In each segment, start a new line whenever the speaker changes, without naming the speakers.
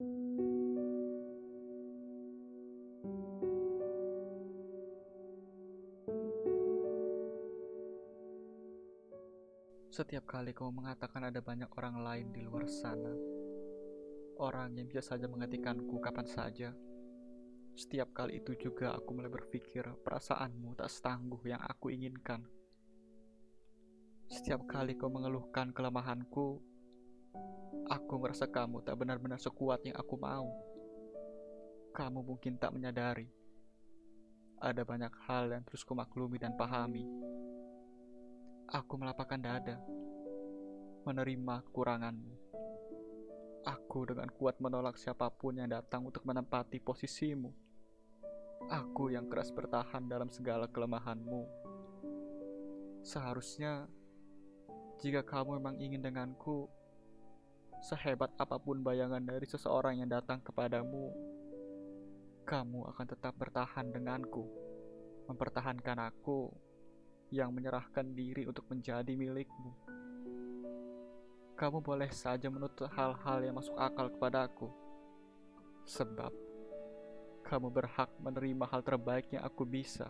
Setiap kali kamu mengatakan ada banyak orang lain di luar sana, orang yang bisa saja menghentikanku kapan saja, setiap kali itu juga aku mulai berpikir perasaanmu tak setangguh yang aku inginkan. Setiap kali kau mengeluhkan kelemahanku, aku merasa kamu tak benar-benar sekuat yang aku mau. Kamu mungkin tak menyadari, ada banyak hal yang terus kumaklumi dan pahami. Aku melapangkan dada, menerima kekuranganmu. Aku dengan kuat menolak siapapun yang datang untuk menempati posisimu. Aku yang keras bertahan dalam segala kelemahanmu. Seharusnya, jika kamu memang ingin denganku, sehebat apapun bayangan dari seseorang yang datang kepadamu, kamu akan tetap bertahan denganku, mempertahankan aku yang menyerahkan diri untuk menjadi milikmu. Kamu boleh saja menuntut hal-hal yang masuk akal kepadaku, sebab kamu berhak menerima hal terbaik yang aku bisa.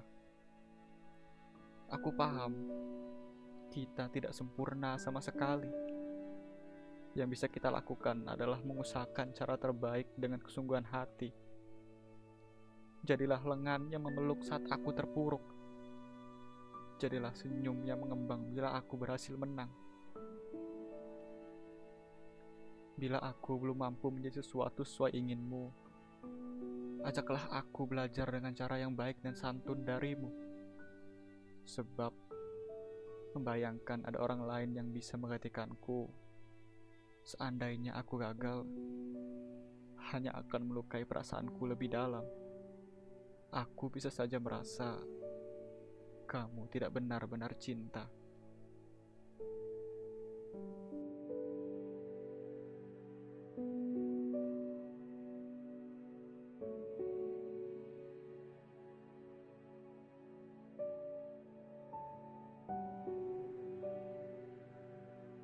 Aku paham, kita tidak sempurna sama sekali. Yang bisa kita lakukan adalah mengusahakan cara terbaik dengan kesungguhan hati. Jadilah lengan yang memeluk saat aku terpuruk. Jadilah senyum yang mengembang bila aku berhasil menang. Bila aku belum mampu menjadi sesuatu sesuai inginmu, ajaklah aku belajar dengan cara yang baik dan santun darimu. Sebab membayangkan ada orang lain yang bisa menggantikanku, seandainya aku gagal, hanya akan melukai perasaanku lebih dalam. Aku bisa saja merasa kamu tidak benar-benar cinta.